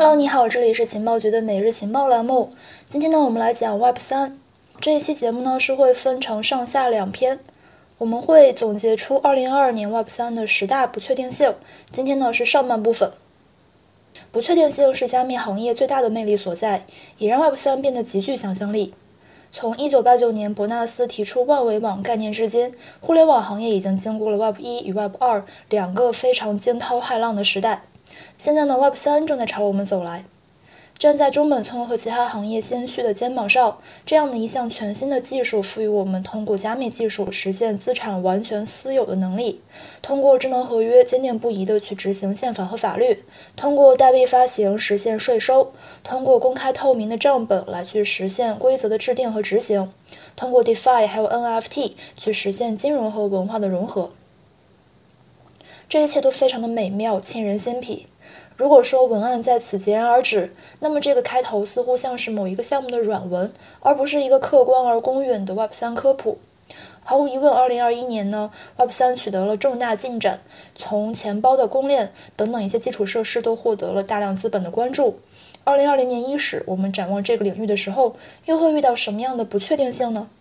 Hello， 你好，这里是情报局的每日情报栏目。今天呢，我们来讲 Web3。这一期节目呢是会分成上下两篇，我们会总结出2022年 Web3 的10大不确定性。今天呢是上半部分。不确定性是加密行业最大的魅力所在，也让 Web3 变得极具想象力。从1989年伯纳斯提出万维网概念至今，互联网行业已经经过了 Web1 与 Web2 两个非常惊涛骇浪的时代。现在呢 Web3 正在朝我们走来。站在中本聪和其他行业先驱的肩膀上，这样的一项全新的技术赋予我们通过加密技术实现资产完全私有的能力，通过智能合约坚定不移地去执行宪法和法律，通过代币发行实现税收，通过公开透明的账本来去实现规则的制定和执行，通过 DeFi 还有 NFT 去实现金融和文化的融合。这一切都非常的美妙，沁人心脾。如果说文案在此戛然而止，那么这个开头似乎像是某一个项目的软文，而不是一个客观而公允的 Web3 科普。毫无疑问，2021年呢 ，Web3 取得了重大进展，从钱包的公链等等一些基础设施都获得了大量资本的关注。2020年伊始，我们展望这个领域的时候，又会遇到什么样的不确定性呢？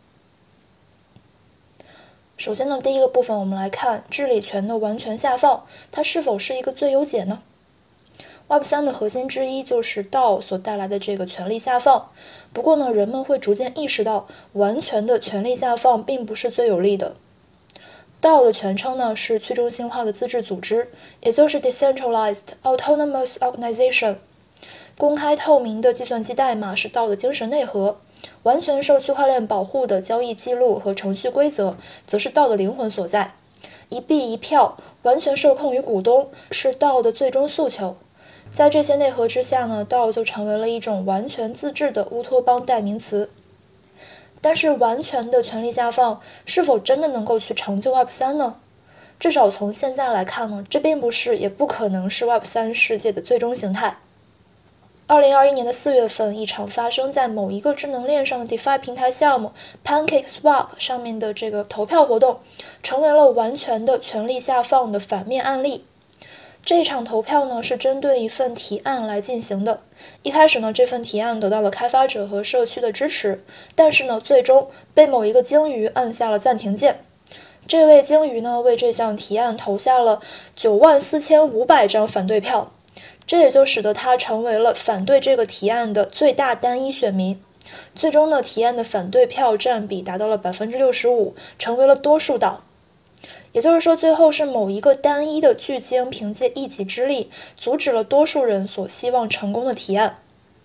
首先呢，第一个部分我们来看治理权的完全下放，它是否是一个最优解呢？Web3 的核心之一就是 DAO 所带来的这个权力下放。不过呢，人们会逐渐意识到，完全的权力下放并不是最有利的。DAO 的全称呢是去中心化的自治组织，也就是 Decentralized Autonomous Organization。公开透明的计算机代码是 DAO 的精神内核，完全受区块链保护的交易记录和程序规则，则是 DAO 的灵魂所在。一币一票，完全受控于股东，是 DAO 的最终诉求。在这些内核之下呢 ，DAO 就成为了一种完全自治的乌托邦代名词。但是完全的权力下放是否真的能够去成就 Web3 呢？至少从现在来看呢，这并不是也不可能是 Web3 世界的最终形态。2021年的4月份，一场发生在某一个智能链上的 DeFi 平台项目 PancakeSwap 上面的这个投票活动，成为了完全的权力下放的反面案例。这场投票呢是针对一份提案来进行的。一开始呢，这份提案得到了开发者和社区的支持，但是呢，最终被某一个鲸鱼按下了暂停键。这位鲸鱼呢，为这项提案投下了94500张反对票。这也就使得他成为了反对这个提案的最大单一选民。最终呢，提案的反对票占比达到了 65%， 成为了多数党。也就是说，最后是某一个单一的巨鲸凭借一己之力，阻止了多数人所希望成功的提案。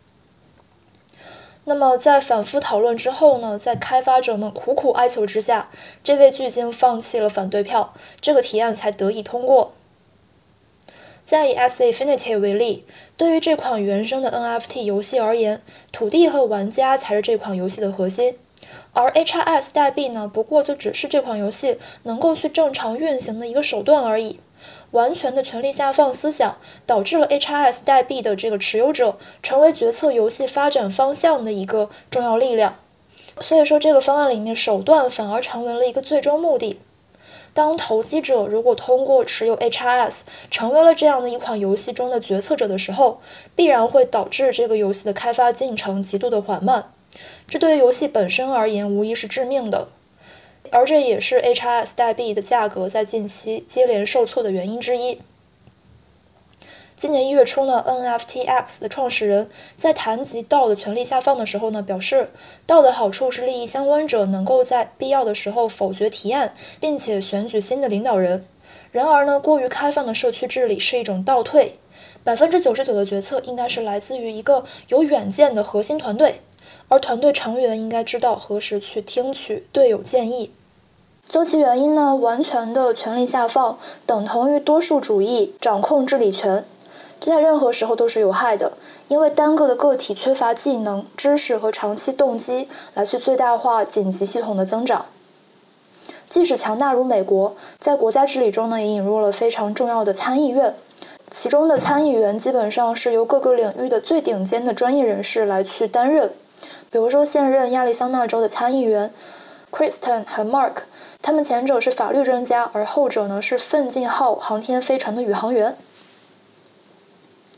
那么在反复讨论之后呢，在开发者们苦苦哀求之下，这位巨鲸放弃了反对票，这个提案才得以通过。再以 Axie Infinity 为例，对于这款原生的 NFT 游戏而言，土地和玩家才是这款游戏的核心，而 HRS 代币呢，不过就只是这款游戏能够去正常运行的一个手段而已。完全的权力下放思想，导致了 HRS 代币的这个持有者成为决策游戏发展方向的一个重要力量。所以说，这个方案里面手段反而成为了一个最终目的。当投机者如果通过持有 HRS 成为了这样的一款游戏中的决策者的时候，必然会导致这个游戏的开发进程极度的缓慢，这对于游戏本身而言无疑是致命的，而这也是 HRS 代币的价格在近期接连受挫的原因之一。今年1月初呢 ，NFTX 的创始人在谈及 DAO 的权力下放的时候呢，表示 DAO 的好处是利益相关者能够在必要的时候否决提案，并且选举新的领导人。然而呢，过于开放的社区治理是一种倒退，99%的决策应该是来自于一个有远见的核心团队，而团队成员应该知道何时去听取队友建议。究其原因呢，完全的权力下放等同于多数主义掌控治理权。这在任何时候都是有害的，因为单个的个体缺乏技能、知识和长期动机来去最大化紧急系统的增长。即使强大如美国，在国家治理中呢，也引入了非常重要的参议院，其中的参议员基本上是由各个领域的最顶尖的专业人士来去担任。比如说现任亚利桑那州的参议员 Kristen 和 Mark， 他们前者是法律专家，而后者呢是奋进号航天飞船的宇航员。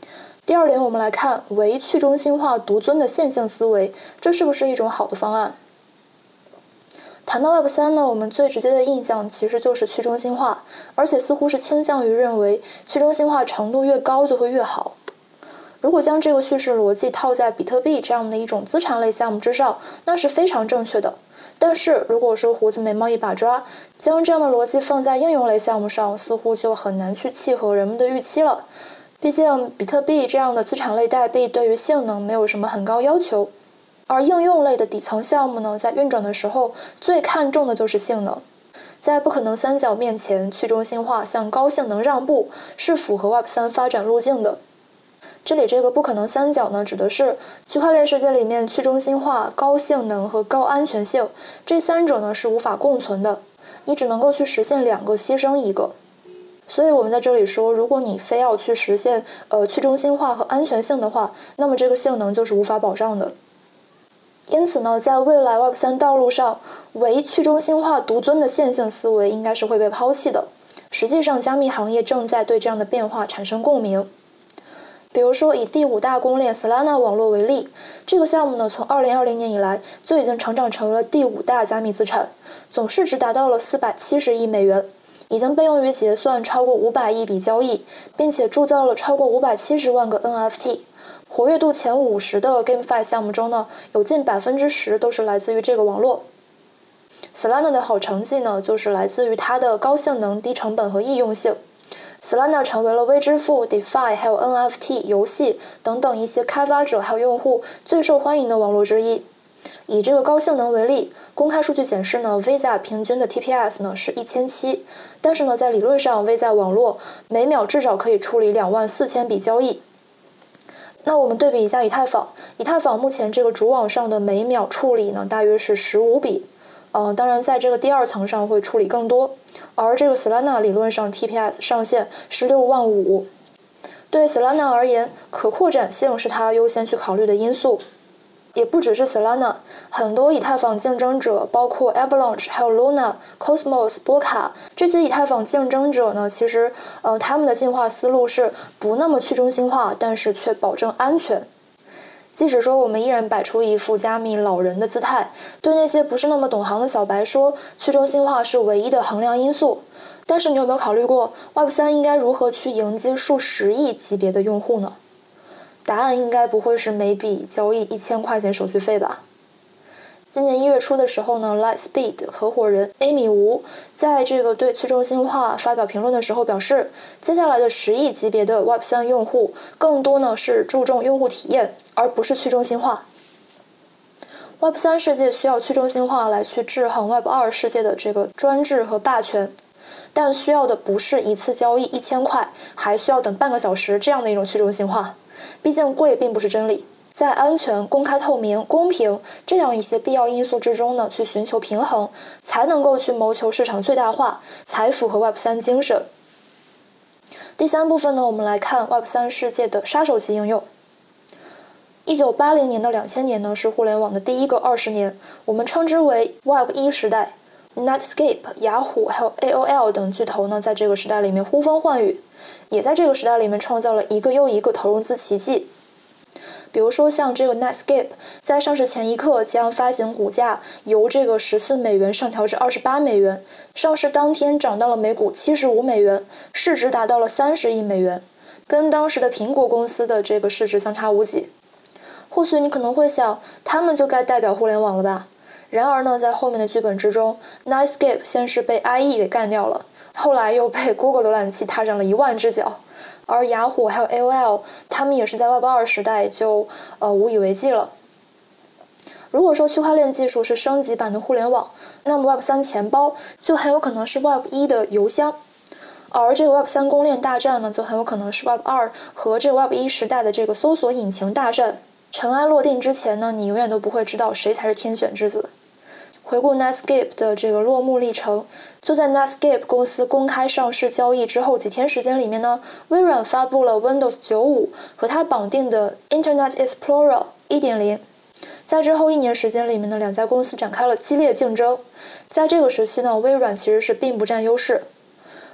第二点，我们来看唯去中心化独尊的线性思维，这是不是一种好的方案？谈到 Web3 呢，我们最直接的印象其实就是去中心化，而且似乎是倾向于认为去中心化程度越高就会越好。如果将这个叙事逻辑套在比特币这样的一种资产类项目之上，那是非常正确的。但是如果说胡子眉毛一把抓，将这样的逻辑放在应用类项目上，似乎就很难去契合人们的预期了。毕竟比特币这样的资产类代币对于性能没有什么很高要求，而应用类的底层项目呢，在运转的时候最看重的就是性能。在不可能三角面前，去中心化向高性能让步，是符合 Web3 发展路径的。这里这个不可能三角呢，指的是区块链世界里面去中心化、高性能和高安全性这三者呢是无法共存的，你只能够去实现两个，牺牲一个。所以我们在这里说，如果你非要去实现去中心化和安全性的话，那么这个性能就是无法保障的。因此呢，在未来 Web3 道路上，唯去中心化独尊的线性思维应该是会被抛弃的。实际上，加密行业正在对这样的变化产生共鸣。比如说，以第5大公链 Solana 网络为例，这个项目呢，从2020年以来就已经成长成为了第5大加密资产，总市值达到了470亿美元。已经被用于结算超过500亿笔交易，并且铸造了超过570万个 NFT。活跃度前50的 GameFi 项目中呢，有近10%都是来自于这个网络。Solana 的好成绩呢，就是来自于它的高性能、低成本和易用性。Solana 成为了微支付、DeFi 还有 NFT 游戏等等一些开发者还有用户最受欢迎的网络之一。以这个高性能为例，公开数据显示呢 ，Visa 平均的 TPS 呢是1700，但是呢，在理论上 Visa 网络每秒至少可以处理24000笔交易。那我们对比一下以太坊，以太坊目前这个主网上的每秒处理呢大约是15笔，当然在这个第二层上会处理更多，而这个 Solana 理论上 TPS 上限是65000。对 Solana 而言，可扩展性是它优先去考虑的因素。也不只是 Solana， 很多以太坊竞争者，包括 Avalanche 还有 Luna、Cosmos、波卡这些以太坊竞争者呢，其实他们的进化思路是不那么去中心化，但是却保证安全。即使说我们依然摆出一副加密老人的姿态，对那些不是那么懂行的小白说去中心化是唯一的衡量因素，但是你有没有考虑过 Web3 应该如何去迎接数十亿级别的用户呢？答案应该不会是每笔交易1000块钱手续费吧。今年1月初的时候呢 Lightspeed 合伙人 Amy Wu 在这个对去中心化发表评论的时候表示，接下来的10亿级别的 Web3 用户更多呢是注重用户体验，而不是去中心化。Web3 世界需要去中心化来去制衡 Web2 世界的这个专制和霸权，但需要的不是一次交易1000块，还需要等半个小时这样的一种去中心化。毕竟贵并不是真理，在安全、公开透明、公平这样一些必要因素之中呢，去寻求平衡，才能够去谋求市场最大化，才符合 Web3 精神。第三部分呢，我们来看 Web3 世界的杀手级应用。1980年到2000年呢，是互联网的第一个20年，我们称之为 Web1 时代。Netscape、雅虎还有 AOL 等巨头呢，在这个时代里面呼风唤雨，也在这个时代里面创造了一个又一个投融资奇迹。比如说像这个 Netscape 在上市前一刻将发行股价由这个14美元上调至28美元，上市当天涨到了每股75美元，市值达到了30亿美元，跟当时的苹果公司的这个市值相差无几。或许你可能会想，他们就该代表互联网了吧？然而呢，在后面的剧本之中 Netscape 先是被 IE 给干掉了，后来又被 Google 浏览器踏上了10000只脚，而雅虎还有 AOL 他们也是在 Web2 时代就无以为继了。如果说区块链技术是升级版的互联网，那么 Web3 钱包就很有可能是 Web1 的邮箱，而这个 Web3 公链大战呢，就很有可能是 Web2 和这个 Web1 时代的这个搜索引擎大战。尘埃落定之前呢，你永远都不会知道谁才是天选之子。回顾 Netscape 的这个落幕历程，就在 Netscape 公司公开上市交易之后几天时间里面呢，微软发布了 Windows 95和它绑定的 Internet Explorer 1.0。在之后1年时间里面呢，两家公司展开了激烈竞争。在这个时期呢，微软其实是并不占优势。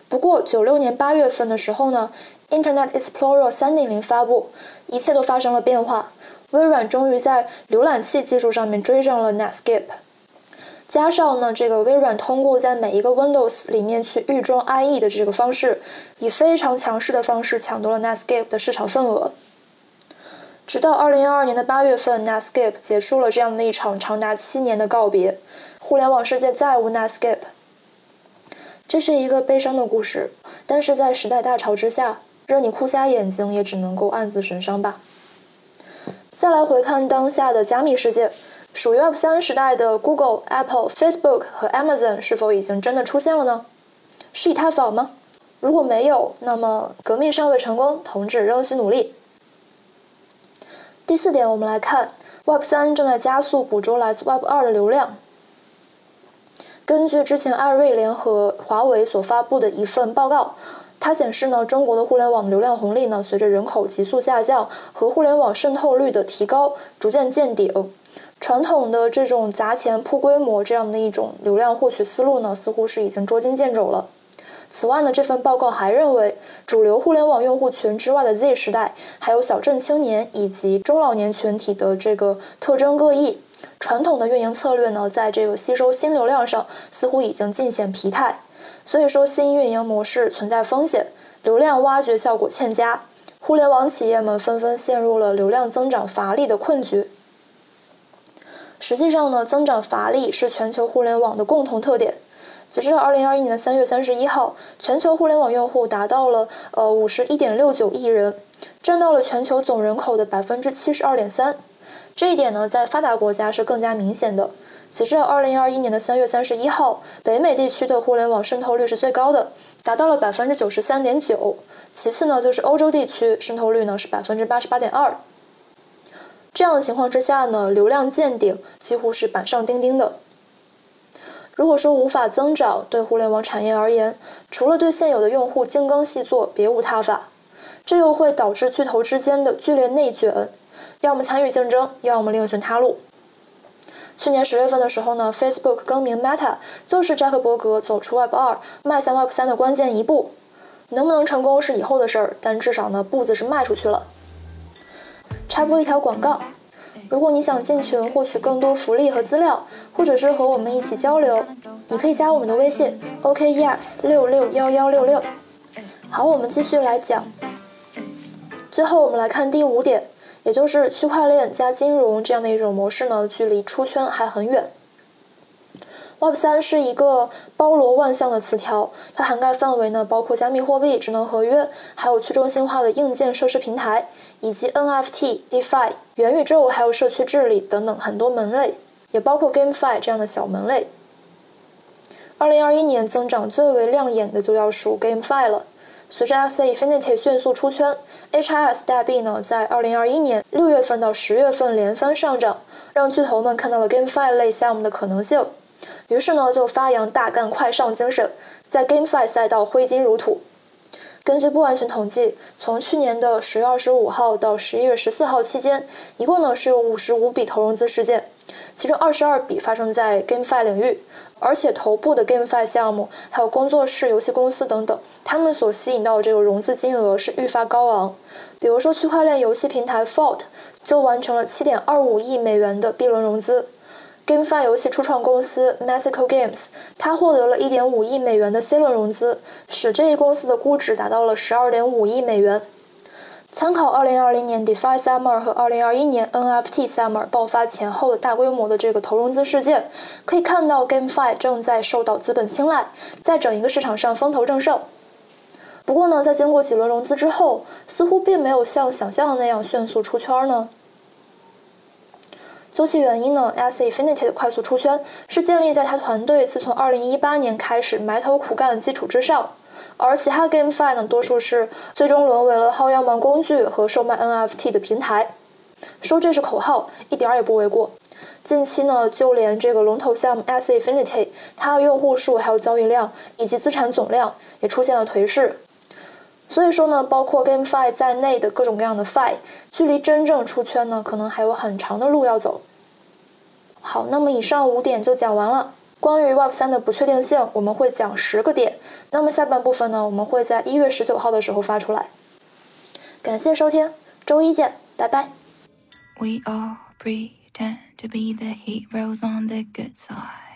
不过96年8月份的时候呢 Internet Explorer 3.0 发布，一切都发生了变化，微软终于在浏览器技术上面追上了 Netscape。加上呢，这个微软通过在每一个 Windows 里面去预装 IE 的这个方式，以非常强势的方式抢夺了 Netscape 的市场份额。直到2012年的8月份 ，Netscape 结束了这样的一场长达7年的告别，互联网世界再无 Netscape。这是一个悲伤的故事，但是在时代大潮之下，任你哭瞎眼睛也只能够暗自神伤吧。再来回看当下的加密世界。属于 Web3 时代的 Google、Apple、Facebook 和 Amazon 是否已经真的出现了呢？是以太坊吗？如果没有，那么革命尚未成功，同志仍需努力。第4点，我们来看 Web3 正在加速捕捉来自 Web2 的流量。根据之前艾瑞联合华为所发布的一份报告，它显示呢，中国的互联网流量红利呢，随着人口急速下降和互联网渗透率的提高，逐渐见顶。传统的这种砸钱铺规模这样的一种流量获取思路呢，似乎是已经捉襟见肘了。此外呢，这份报告还认为，主流互联网用户群之外的 Z 时代，还有小镇青年以及中老年群体的这个特征各异。传统的运营策略呢，在这个吸收新流量上似乎已经尽显疲态。所以说，新运营模式存在风险，流量挖掘效果欠佳，互联网企业们纷纷陷入了流量增长乏力的困局。实际上呢，增长乏力是全球互联网的共同特点。截至2021年的3月31号，全球互联网用户达到了51.69亿人，占到了全球总人口的 72.3%。这一点呢，在发达国家是更加明显的。截至2021年的3月31号，北美地区的互联网渗透率是最高的，达到了 93.9%。其次呢，就是欧洲地区渗透率呢是 88.2%。这样的情况之下呢，流量见顶几乎是板上钉钉的。如果说无法增长，对互联网产业而言，除了对现有的用户精耕细作，别无他法。这又会导致巨头之间的剧烈内卷，要么参与竞争，要么另寻他路。去年10月份的时候呢 ，Facebook 更名 Meta 就是扎克伯格走出 Web2 迈向 Web3 的关键一步。能不能成功是以后的事儿，但至少呢，步子是迈出去了。插播一条广告，如果你想进群获取更多福利和资料，或者是和我们一起交流，你可以加我们的微信 OKEX661166。好，我们继续来讲。最后我们来看第5点，也就是区块链加金融这样的一种模式呢，距离出圈还很远。Web3 是一个包罗万象的词条，它涵盖范围呢包括加密货币、智能合约，还有去中心化的硬件设施平台，以及 NFT、DeFi、元宇宙，还有社区治理等等很多门类，也包括 GameFi 这样的小门类。2021年增长最为亮眼的就要数 GameFi 了。随着 Axie Infinity 迅速出圈 ，HIS 代币呢在2021年6月份到10月份连番上涨，让巨头们看到了 GameFi 类项目的可能性。于是呢，就发扬大干快上精神，在 GameFi 赛道挥金如土。根据不完全统计，从去年的10月25号到11月14号期间，一共呢是有55笔投融资事件，其中22笔发生在 GameFi 领域，而且头部的 GameFi 项目，还有工作室、游戏公司等等，他们所吸引到的这个融资金额是愈发高昂。比如说区块链游戏平台 Fault 就完成了7.25亿美元的 B 轮融资。GameFi 游戏初创公司 Mexico Games， 它获得了1.5亿美元的 C 轮融资，使这一公司的估值达到了12.5亿美元。参考2020年 DeFi Summer 和2021年 NFT Summer 爆发前后的大规模的这个投融资事件，可以看到 GameFi 正在受到资本青睐，在整一个市场上风头正盛。不过呢，在经过几轮融资之后，似乎并没有像想象的那样迅速出圈呢。究其原因呢 ，Axie Infinity 的快速出圈是建立在他团队自从2018年开始埋头苦干的基础之上，而其他 GameFi 呢，多数是最终沦为了薅羊毛工具和售卖 NFT 的平台。说这是口号，一点也不为过。近期呢，就连这个龙头项目 Axie Infinity， 它的用户数还有交易量以及资产总量也出现了颓势。所以说呢，包括 GameFi 在内的各种各样的 Fi， 距离真正出圈呢，可能还有很长的路要走。好，那么以上5点就讲完了。 关于 Web 3的不确定性，我们会讲10个点。那么下半部分呢，我们会在1月19号的时候发出来。感谢收听，周一见，拜拜。 We all pretend to be the heroes on the good side.